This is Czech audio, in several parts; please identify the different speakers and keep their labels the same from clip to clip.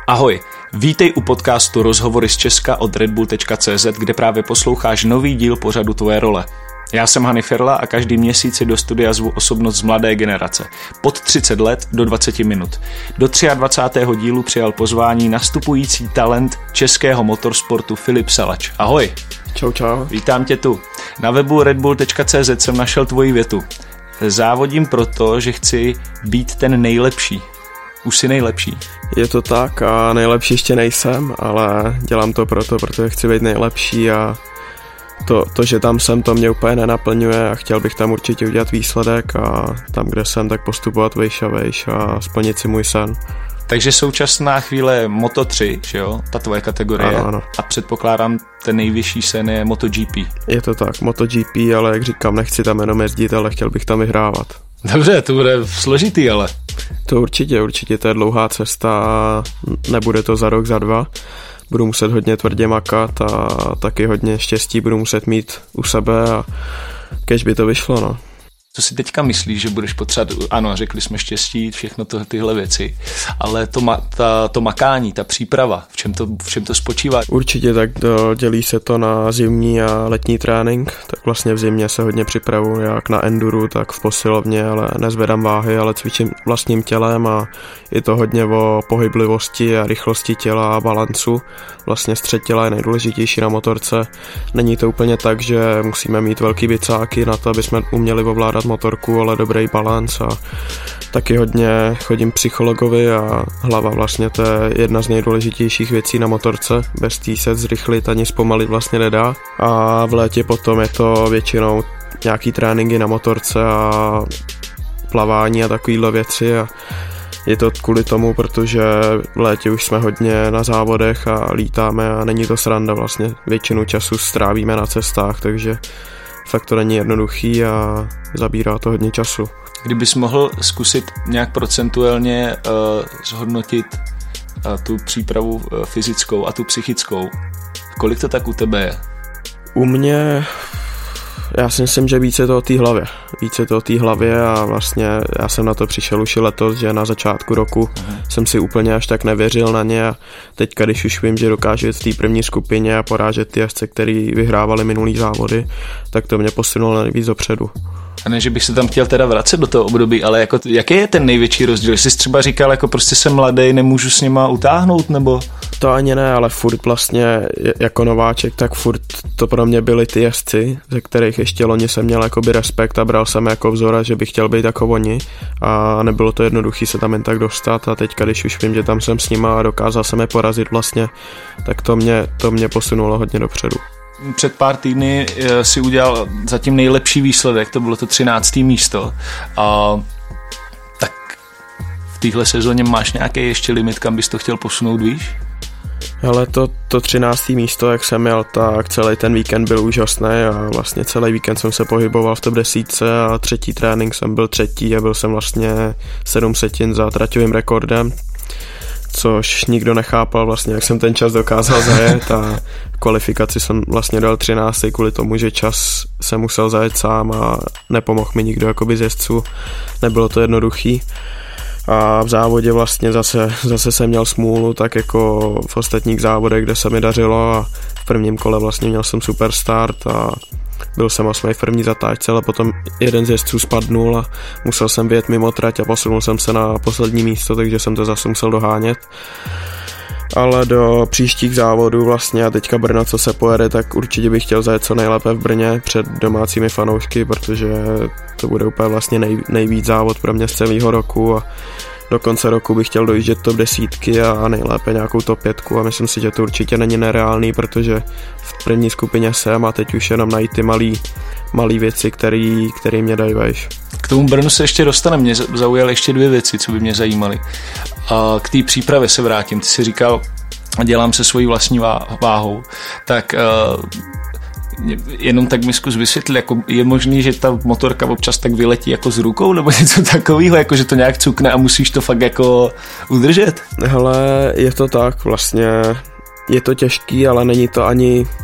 Speaker 1: Ahoj, vítej u podcastu Rozhovory z Česka od redbull.cz, kde právě posloucháš nový díl pořadu Tvoje role. Já jsem Hany Firla a každý měsíc si do studia zvu osobnost z mladé generace. Pod 30 let do 20 minut. Do 23. dílu přijal pozvání nastupující talent českého motorsportu Filip Salač. Ahoj.
Speaker 2: Čau, čau.
Speaker 1: Vítám tě tu. Na webu redbull.cz jsem našel tvoji větu. Závodím proto, že chci být ten nejlepší. Už jsi nejlepší.
Speaker 2: Je to tak a nejlepší ještě nejsem, ale dělám to protože chci být nejlepší a to, že tam jsem, to mě úplně nenaplňuje a chtěl bych tam určitě udělat výsledek a tam, kde jsem, tak postupovat vejš a splnit si můj sen.
Speaker 1: Takže současná chvíle je Moto3, že jo? Ta tvoje kategorie.
Speaker 2: Ano. A
Speaker 1: předpokládám, ten nejvyšší sen je MotoGP.
Speaker 2: Je to tak, MotoGP, ale jak říkám, nechci tam jenom jezdit, ale chtěl bych tam vyhrávat.
Speaker 1: Dobře, to bude složitý, ale.
Speaker 2: To určitě, to je dlouhá cesta a nebude to za rok, za dva. Budu muset hodně tvrdě makat a taky hodně štěstí budu muset mít u sebe a kež by to vyšlo, no.
Speaker 1: Co si teďka myslíš, že budeš potřebovat? Ano, řekli jsme štěstí, všechno tyhle věci, ale to makání, ta příprava, v čem to spočívá?
Speaker 2: Určitě tak dělí se to na zimní a letní trénink, tak vlastně v zimě se hodně připravuji jak na enduru, tak v posilovně, ale nezvedám váhy, ale cvičím vlastním tělem a je to hodně o pohyblivosti a rychlosti těla a balancu. Vlastně střed těla je nejdůležitější na motorce. Není to úplně tak, že musíme mít velký bicáky na to, aby jsme uměli ovládat motorku, ale dobrý balans a taky hodně chodím psychologovi a hlava vlastně to je jedna z nejdůležitějších věcí na motorce. Bez té se zrychlit ani zpomalit vlastně nedá. A v létě potom je to většinou nějaký tréninky na motorce a plavání a takovýhle věci a je to kvůli tomu, protože v létě už jsme hodně na závodech a lítáme a není to sranda vlastně. Většinu času strávíme na cestách, takže fakt to není jednoduchý a zabírá to hodně času.
Speaker 1: Kdybys mohl zkusit nějak procentuálně zhodnotit tu přípravu fyzickou a tu psychickou, kolik to tak u tebe je?
Speaker 2: U mě, já si myslím, že více to o té hlavě a vlastně já jsem na to přišel už letos, že na začátku roku jsem si úplně až tak nevěřil na ně a teďka, když už vím, že dokážu jít v té první skupině a porážet ty jezdce, který vyhrávali minulý závody, tak to mě posunulo nejvíc dopředu.
Speaker 1: A ne, že bych se tam chtěl teda vracet do toho období, ale jako, jaký je ten největší rozdíl? Jsi třeba říkal, jako prostě jsem mladý, nemůžu s nima utáhnout, nebo?
Speaker 2: To ani ne, ale furt vlastně jako nováček, tak furt to pro mě byli ty jezdci, ze kterých ještě loni jsem měl jakoby respekt a bral jsem jako vzor, že bych chtěl být jako oni a nebylo to jednoduché se tam jen tak dostat a teďka, když už vím, že tam jsem s nima a dokázal jsem je porazit vlastně, tak to mě posunulo hodně dopředu.
Speaker 1: Před pár týdny si udělal zatím nejlepší výsledek, to bylo to 13. místo. Tak v téhle sezóně máš nějaký ještě limit, kam bys to chtěl posunout, víš?
Speaker 2: Ale to 13. místo, jak jsem měl, tak celý ten víkend byl úžasný a vlastně celý víkend jsem se pohyboval v top 10 a třetí trénink jsem byl třetí a byl jsem vlastně 7 setin za traťovým rekordem, což nikdo nechápal vlastně, jak jsem ten čas dokázal zajet a kvalifikaci jsem vlastně dal 13. kvůli tomu, že čas jsem musel zajet sám a nepomohl mi nikdo jakoby z jezdců, nebylo to jednoduchý. A v závodě vlastně zase jsem měl smůlu, tak jako v ostatních závodech, kde se mi dařilo a v prvním kole vlastně měl jsem super start a byl jsem 8. v první zatáčce, ale potom jeden z jezdců spadnul a musel jsem vyjet mimo trať a posunul jsem se na poslední místo, takže jsem to zase musel dohánět. Ale do příštích závodů vlastně a teďka Brno, co se pojede, tak určitě bych chtěl zajet co nejlépe v Brně před domácími fanoušky, protože to bude úplně vlastně nejvíc závod pro mě z celého roku a do konce roku bych chtěl dojíždět top 10 a nejlépe nějakou top 5 a myslím si, že to určitě není nereálný, protože v první skupině jsem a teď už jenom najít ty malý věci, které mě dají vejš.
Speaker 1: K tomu Brnu se ještě dostaneme, mě zaujaly ještě 2 věci, co by mě zajímaly. K té přípravě se vrátím, ty jsi říkal, dělám se svojí vlastní váhou, tak jenom tak mi zkus vysvětlit, jako je možný, že ta motorka občas tak vyletí jako z rukou, nebo něco takového, jako že to nějak cukne a musíš to fakt jako udržet?
Speaker 2: Hele, je to tak, vlastně je to těžký, ale není to ani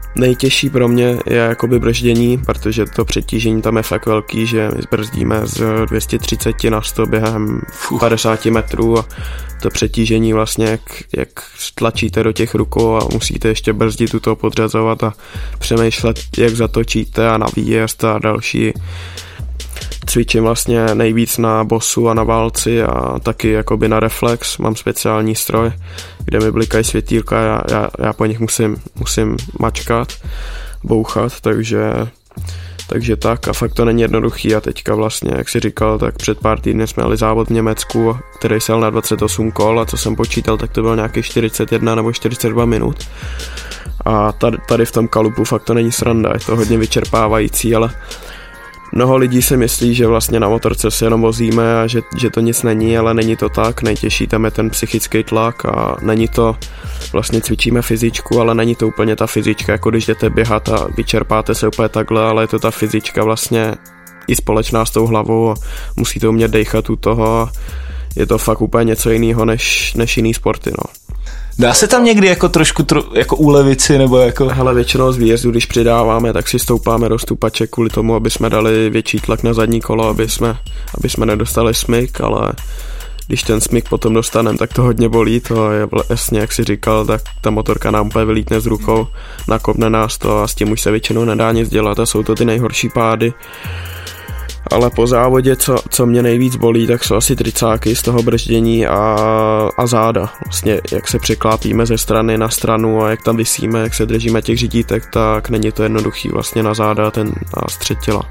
Speaker 2: Nejtěžší pro mě je jakoby brždění, protože to přetížení tam je fakt velký, že my brzdíme z 230 na 100 během 50 metrů a to přetížení vlastně, jak tlačíte do těch rukou a musíte ještě brzdit, u toho podřazovat a přemýšlet, jak zatočíte a na výjezd a další. Cvičím vlastně nejvíc na bosu a na válci a taky jakoby na reflex. Mám speciální stroj, kde mi blikají světýlka, já po nich musím mačkat, bouchat, takže tak a fakt to není jednoduchý a teďka vlastně, jak jsi říkal, tak před pár týdny jsme jeli závod v Německu, který sjel na 28 kol a co jsem počítal, tak to bylo nějakých 41 nebo 42 minut a tady v tom kalupu fakt to není sranda, je to hodně vyčerpávající, ale mnoho lidí si myslí, že vlastně na motorce se jenom vozíme a že to nic není, ale není to tak. Nejtěžší tam je ten psychický tlak a není to, vlastně cvičíme fyzičku, ale není to úplně ta fyzička, jako když jdete běhat a vyčerpáte se úplně takhle, ale je to ta fyzička vlastně i společná s tou hlavou a musíte umět dejchat u toho. Je to fakt úplně něco jiného než jiný sporty, no.
Speaker 1: Dá se tam někdy jako trošku jako ulevit si, nebo jako...
Speaker 2: Hele, většinou z výjezdu, když přidáváme, tak si stoupáme do stupače kvůli tomu, aby jsme dali větší tlak na zadní kolo, aby jsme nedostali smyk, ale když ten smyk potom dostaneme, tak to hodně bolí, to je jasně, jak jsi říkal, tak ta motorka nám úplně vylítne z rukou, nakopne nás to a s tím už se většinou nedá nic dělat a jsou to ty nejhorší pády. Ale po závodě, co mě nejvíc bolí, tak jsou asi tricáky z toho brždění a záda. Vlastně jak se překlápíme ze strany na stranu a jak tam visíme, jak se držíme těch řídítek, tak není to jednoduchý vlastně na záda a střed těla.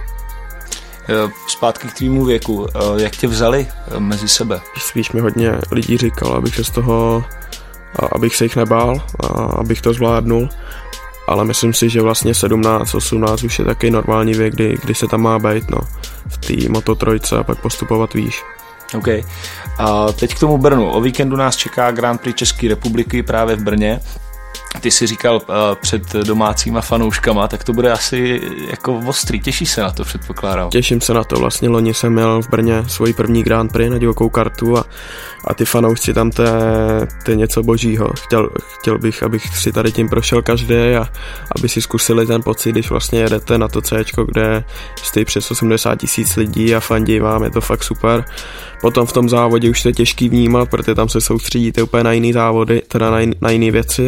Speaker 1: Zpátky k tvýmu věku, jak tě vzali mezi sebe?
Speaker 2: Spíš mi hodně lidí říkal, abych se jich nebál a abych to zvládnul. Ale myslím si, že vlastně 17, 18 už je taky normální věk, kdy se tam má být, no, v té Moto3 a pak postupovat výš.
Speaker 1: OK. A teď k tomu Brnu. O víkendu nás čeká Grand Prix České republiky právě v Brně. Ty jsi říkal před domácíma fanouškama, tak to bude asi jako ostrý. Těšíš se na to, předpokládám? Těším se na to.
Speaker 2: Vlastně loni jsem měl v Brně svůj první Grand Prix na divokou kartu a ty fanoušci tam to je něco božího. Chtěl bych, abych si tady tím prošel každý a aby si zkusili ten pocit, když vlastně jedete na to Cčko, kde stojí přes 80 000 lidí a fandí vám, je to fakt super. Potom v tom závodě už to je těžký vnímat, protože tam se soustředíte úplně na jiný závody, teda na jiný věci,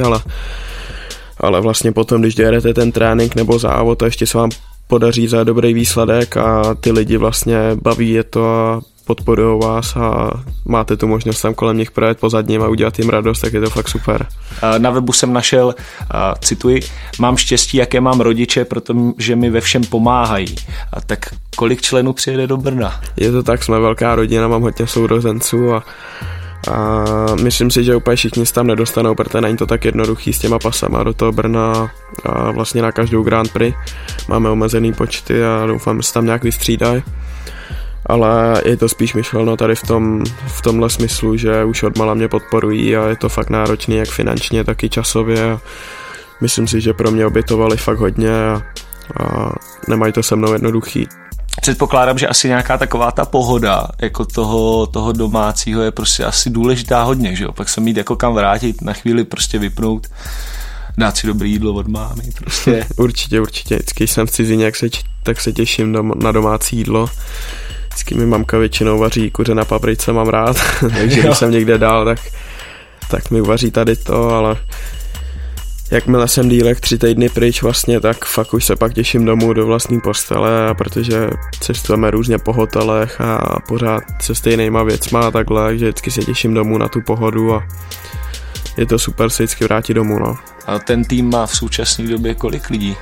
Speaker 2: ale vlastně potom, když děláte ten trénink nebo závod a ještě se vám podaří za dobrý výsledek a ty lidi vlastně baví je to a podporují vás a máte tu možnost tam kolem nich projet po zadním a udělat jim radost, tak je to fakt super.
Speaker 1: Na webu jsem našel, cituji, mám štěstí, jaké mám rodiče, protože mi ve všem pomáhají. A tak kolik členů přijede do Brna?
Speaker 2: Je to tak, jsme velká rodina, mám hodně sourozenců a myslím si, že úplně všichni se tam nedostanou, protože není to tak jednoduchý s těma pasama do toho Brna a vlastně na každou Grand Prix máme omezený počty a doufám, že se tam nějak vystřídají. Ale je to spíš myšleno tady v tomhle smyslu, že už odmala mě podporují a je to fakt náročný jak finančně, tak i časově. Myslím si, že pro mě obětovali fakt hodně a nemají to se mnou jednoduchý.
Speaker 1: Předpokládám, že asi nějaká taková ta pohoda jako toho domácího je prostě asi důležitá hodně, že jo? Pak se mít jako kam vrátit, na chvíli prostě vypnout, dát si dobré jídlo od mámy prostě.
Speaker 2: Určitě. Vždycky jsem v cizině, tak se těším na domácí jídlo. Vždycky mi mamka většinou vaří kuře na paprice, mám rád, takže když jsem někde dál, tak mi uvaří tady to, ale jakmile jsem dílek 3 týdny pryč vlastně, tak fakt už se pak těším domů do vlastní postele, a protože cestujeme různě po hotelech a pořád se stejnýma věcma a takhle, takže vždycky se těším domů na tu pohodu a je to super se vždycky vrátit domů, no.
Speaker 1: A ten tým má v současné době kolik lidí?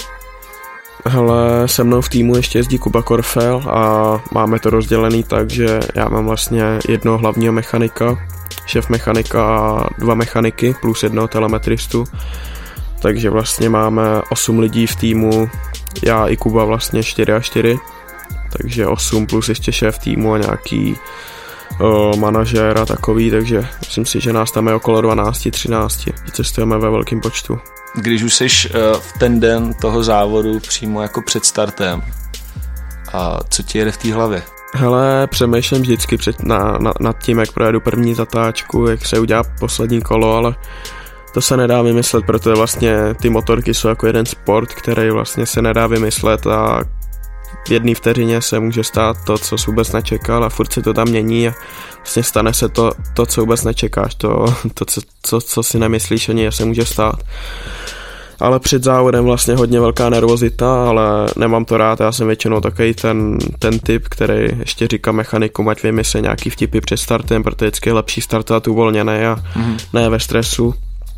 Speaker 2: Hele, se mnou v týmu ještě jezdí Kuba Korfel a máme to rozdělený tak, že já mám vlastně jednoho hlavního mechanika, šéf mechanika a 2 mechaniky plus jednoho telemetristu. Takže vlastně máme 8 lidí v týmu, já i Kuba vlastně 4 a 4, takže 8 plus ještě šéf týmu a nějaký manažér a takový, takže myslím si, že nás tam je okolo 12-13, cestujeme ve velkém počtu.
Speaker 1: Když už jsi v ten den toho závodu přímo jako před startem, a co ti jede v té hlavě?
Speaker 2: Hele, přemýšlím vždycky nad tím, jak projedu první zatáčku, jak se udělá poslední kolo, ale To se nedá vymyslet, protože vlastně ty motorky jsou jako jeden sport, který vlastně se nedá vymyslet a v jedné vteřině se může stát to, co jsi vůbec nečekal a furt se to tam mění a vlastně stane se to co vůbec nečekáš, co si nemyslíš ani, že se může stát. Ale před závodem vlastně hodně velká nervozita, ale nemám to rád, já jsem většinou takový ten typ, který ještě říká mechanikům, ať vymyslí nějaký vtipy před startem, protože vždycky je lepší startovat uvolněný a ne ve stresu.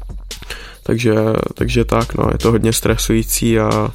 Speaker 2: Takže tak, no, je to hodně stresující a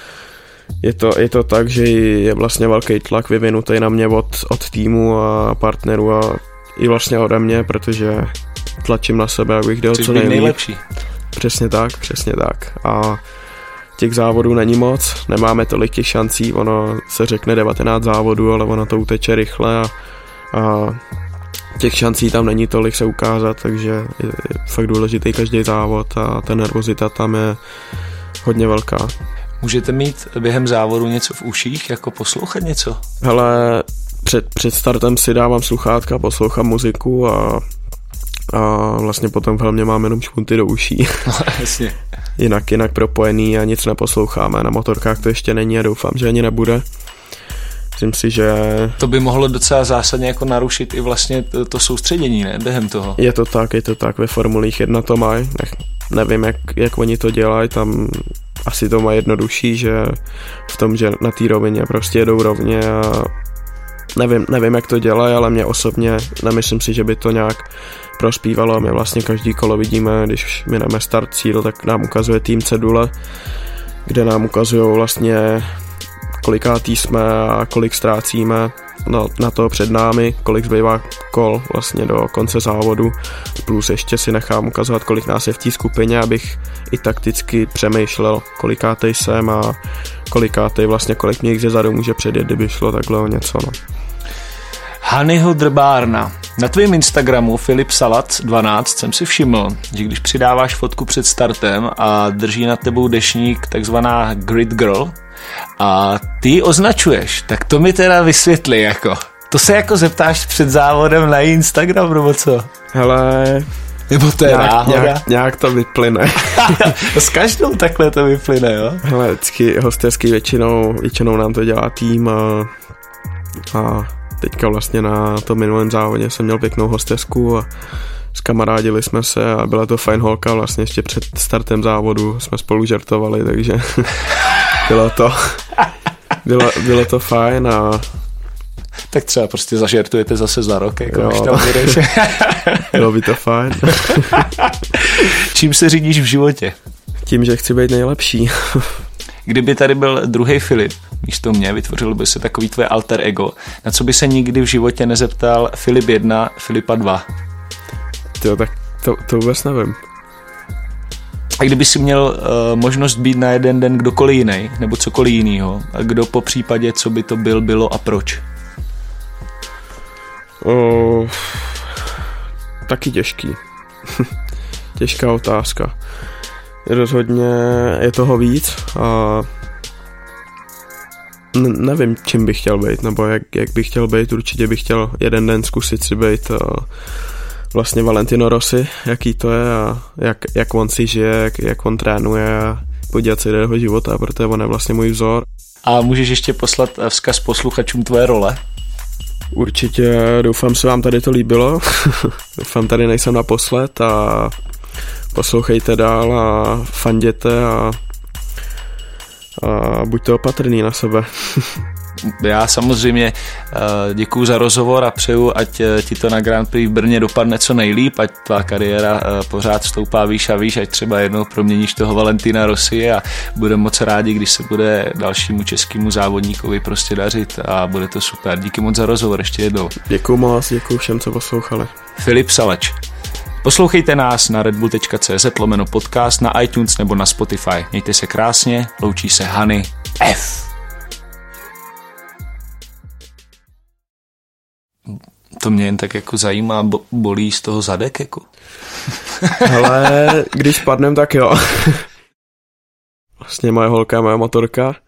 Speaker 2: je to tak, že je vlastně velký tlak vyvinutý na mě od týmu a partnerů a i vlastně ode mě, protože tlačím na sebe, abych dělal co
Speaker 1: nejlepší.
Speaker 2: Přesně tak. A těch závodů není moc, nemáme tolik těch šancí, ono se řekne 19 závodů, ale ono to uteče rychle a těch šancí tam není tolik se ukázat, takže je fakt důležitý každý závod a ta nervozita tam je hodně velká.
Speaker 1: Můžete mít během závodu něco v uších, jako poslouchat něco?
Speaker 2: Hele, před startem si dávám sluchátka, poslouchám muziku a vlastně potom v helmě mám jenom špunty do uší.
Speaker 1: No, jasně.
Speaker 2: Jinak propojený a nic neposloucháme. Na motorkách to ještě není a doufám, že ani nebude. Myslím si, že...
Speaker 1: To by mohlo docela zásadně jako narušit i vlastně to soustředění, ne? Během toho.
Speaker 2: Je to tak. Ve Formulích 1 to mají. Nevím, jak oni to dělají. Tam asi to mají jednodušší, že v tom, že na té rovině prostě jedou rovně a nevím, jak to dělají, ale mě osobně nemyslím si, že by to nějak prospívalo. My vlastně každý kolo vidíme, když mineme start cíl, tak nám ukazuje tým cedule, kde nám ukazují vlastně kolikátý jsme a kolik ztrácíme na to před námi, kolik zbývá kol vlastně do konce závodu, plus ještě si nechám ukazovat, kolik nás je v té skupině, abych i takticky přemýšlel, kolikátej jsem a kolikátej vlastně, kolik mě jich zezadu může předjet, kdyby šlo takhle o něco. No.
Speaker 1: Hanyho Drbárna. Na tvém Instagramu filipsalat12 jsem si všiml, že když přidáváš fotku před startem a drží nad tebou dešník takzvaná grid girl a ty ji označuješ, tak to mi teda vysvětli jako. To se jako zeptáš před závodem na Instagram nebo co?
Speaker 2: Hele...
Speaker 1: Nebo to je náhoda?
Speaker 2: Nějak to vyplyne.
Speaker 1: S každou takhle to vyplyne, jo?
Speaker 2: Hele, vždycky hosterský většinou nám to dělá tým a teďka vlastně na tom minulém závodě jsem měl pěknou hostesku a zkamarádili jsme se a byla to fajn holka, vlastně ještě před startem závodu jsme spolu žertovali, takže bylo to fajn a
Speaker 1: tak třeba prostě zažertujete zase za rok, jako až tam budeš.
Speaker 2: Bylo by to fajn.
Speaker 1: Čím se řídíš v životě?
Speaker 2: Tím, že chci být nejlepší.
Speaker 1: Kdyby tady byl druhý Filip, místo mě, vytvořil by se takový tvoje alter ego, na co by se nikdy v životě nezeptal Filip 1, Filipa 2?
Speaker 2: Tak to vůbec nevím.
Speaker 1: A kdyby si měl možnost být na jeden den kdokoliv jiný, nebo cokoliv jinýho, a kdo po případě, co by to bylo a proč?
Speaker 2: Taky těžký. Těžká otázka. Rozhodně je toho víc a nevím, čím bych chtěl být, nebo jak bych chtěl být. Určitě bych chtěl jeden den zkusit si být vlastně Valentino Rossi, jaký to je a jak on si žije, jak on trénuje a podívat se do jeho života, protože on je vlastně můj vzor.
Speaker 1: A můžeš ještě poslat vzkaz posluchačům tvoje role?
Speaker 2: Určitě, doufám, se vám tady to líbilo. Doufám, tady nejsem naposled a poslouchejte dál a fanděte a buďte opatrný na sebe.
Speaker 1: Já samozřejmě děkuju za rozhovor a přeju, ať ti to na Grand Prix v Brně dopadne co nejlíp, ať tvá kariéra pořád stoupá výš a výš, ať třeba jednou proměníš toho Valentina Rossi a budeme moc rádi, když se bude dalšímu českému závodníkovi prostě dařit a bude to super. Díky moc za rozhovor, ještě jednou.
Speaker 2: Děkuju moc, děkuju všem, co poslouchali.
Speaker 1: Filip Salač. Poslouchejte nás na redbull.cz/podcast, na iTunes nebo na Spotify. Mějte se krásně, loučí se Hany F. To mě jen tak jako zajímá, bolí z toho zadek jako?
Speaker 2: Hele, když padnem, tak jo. Vlastně moje holka, moje motorka.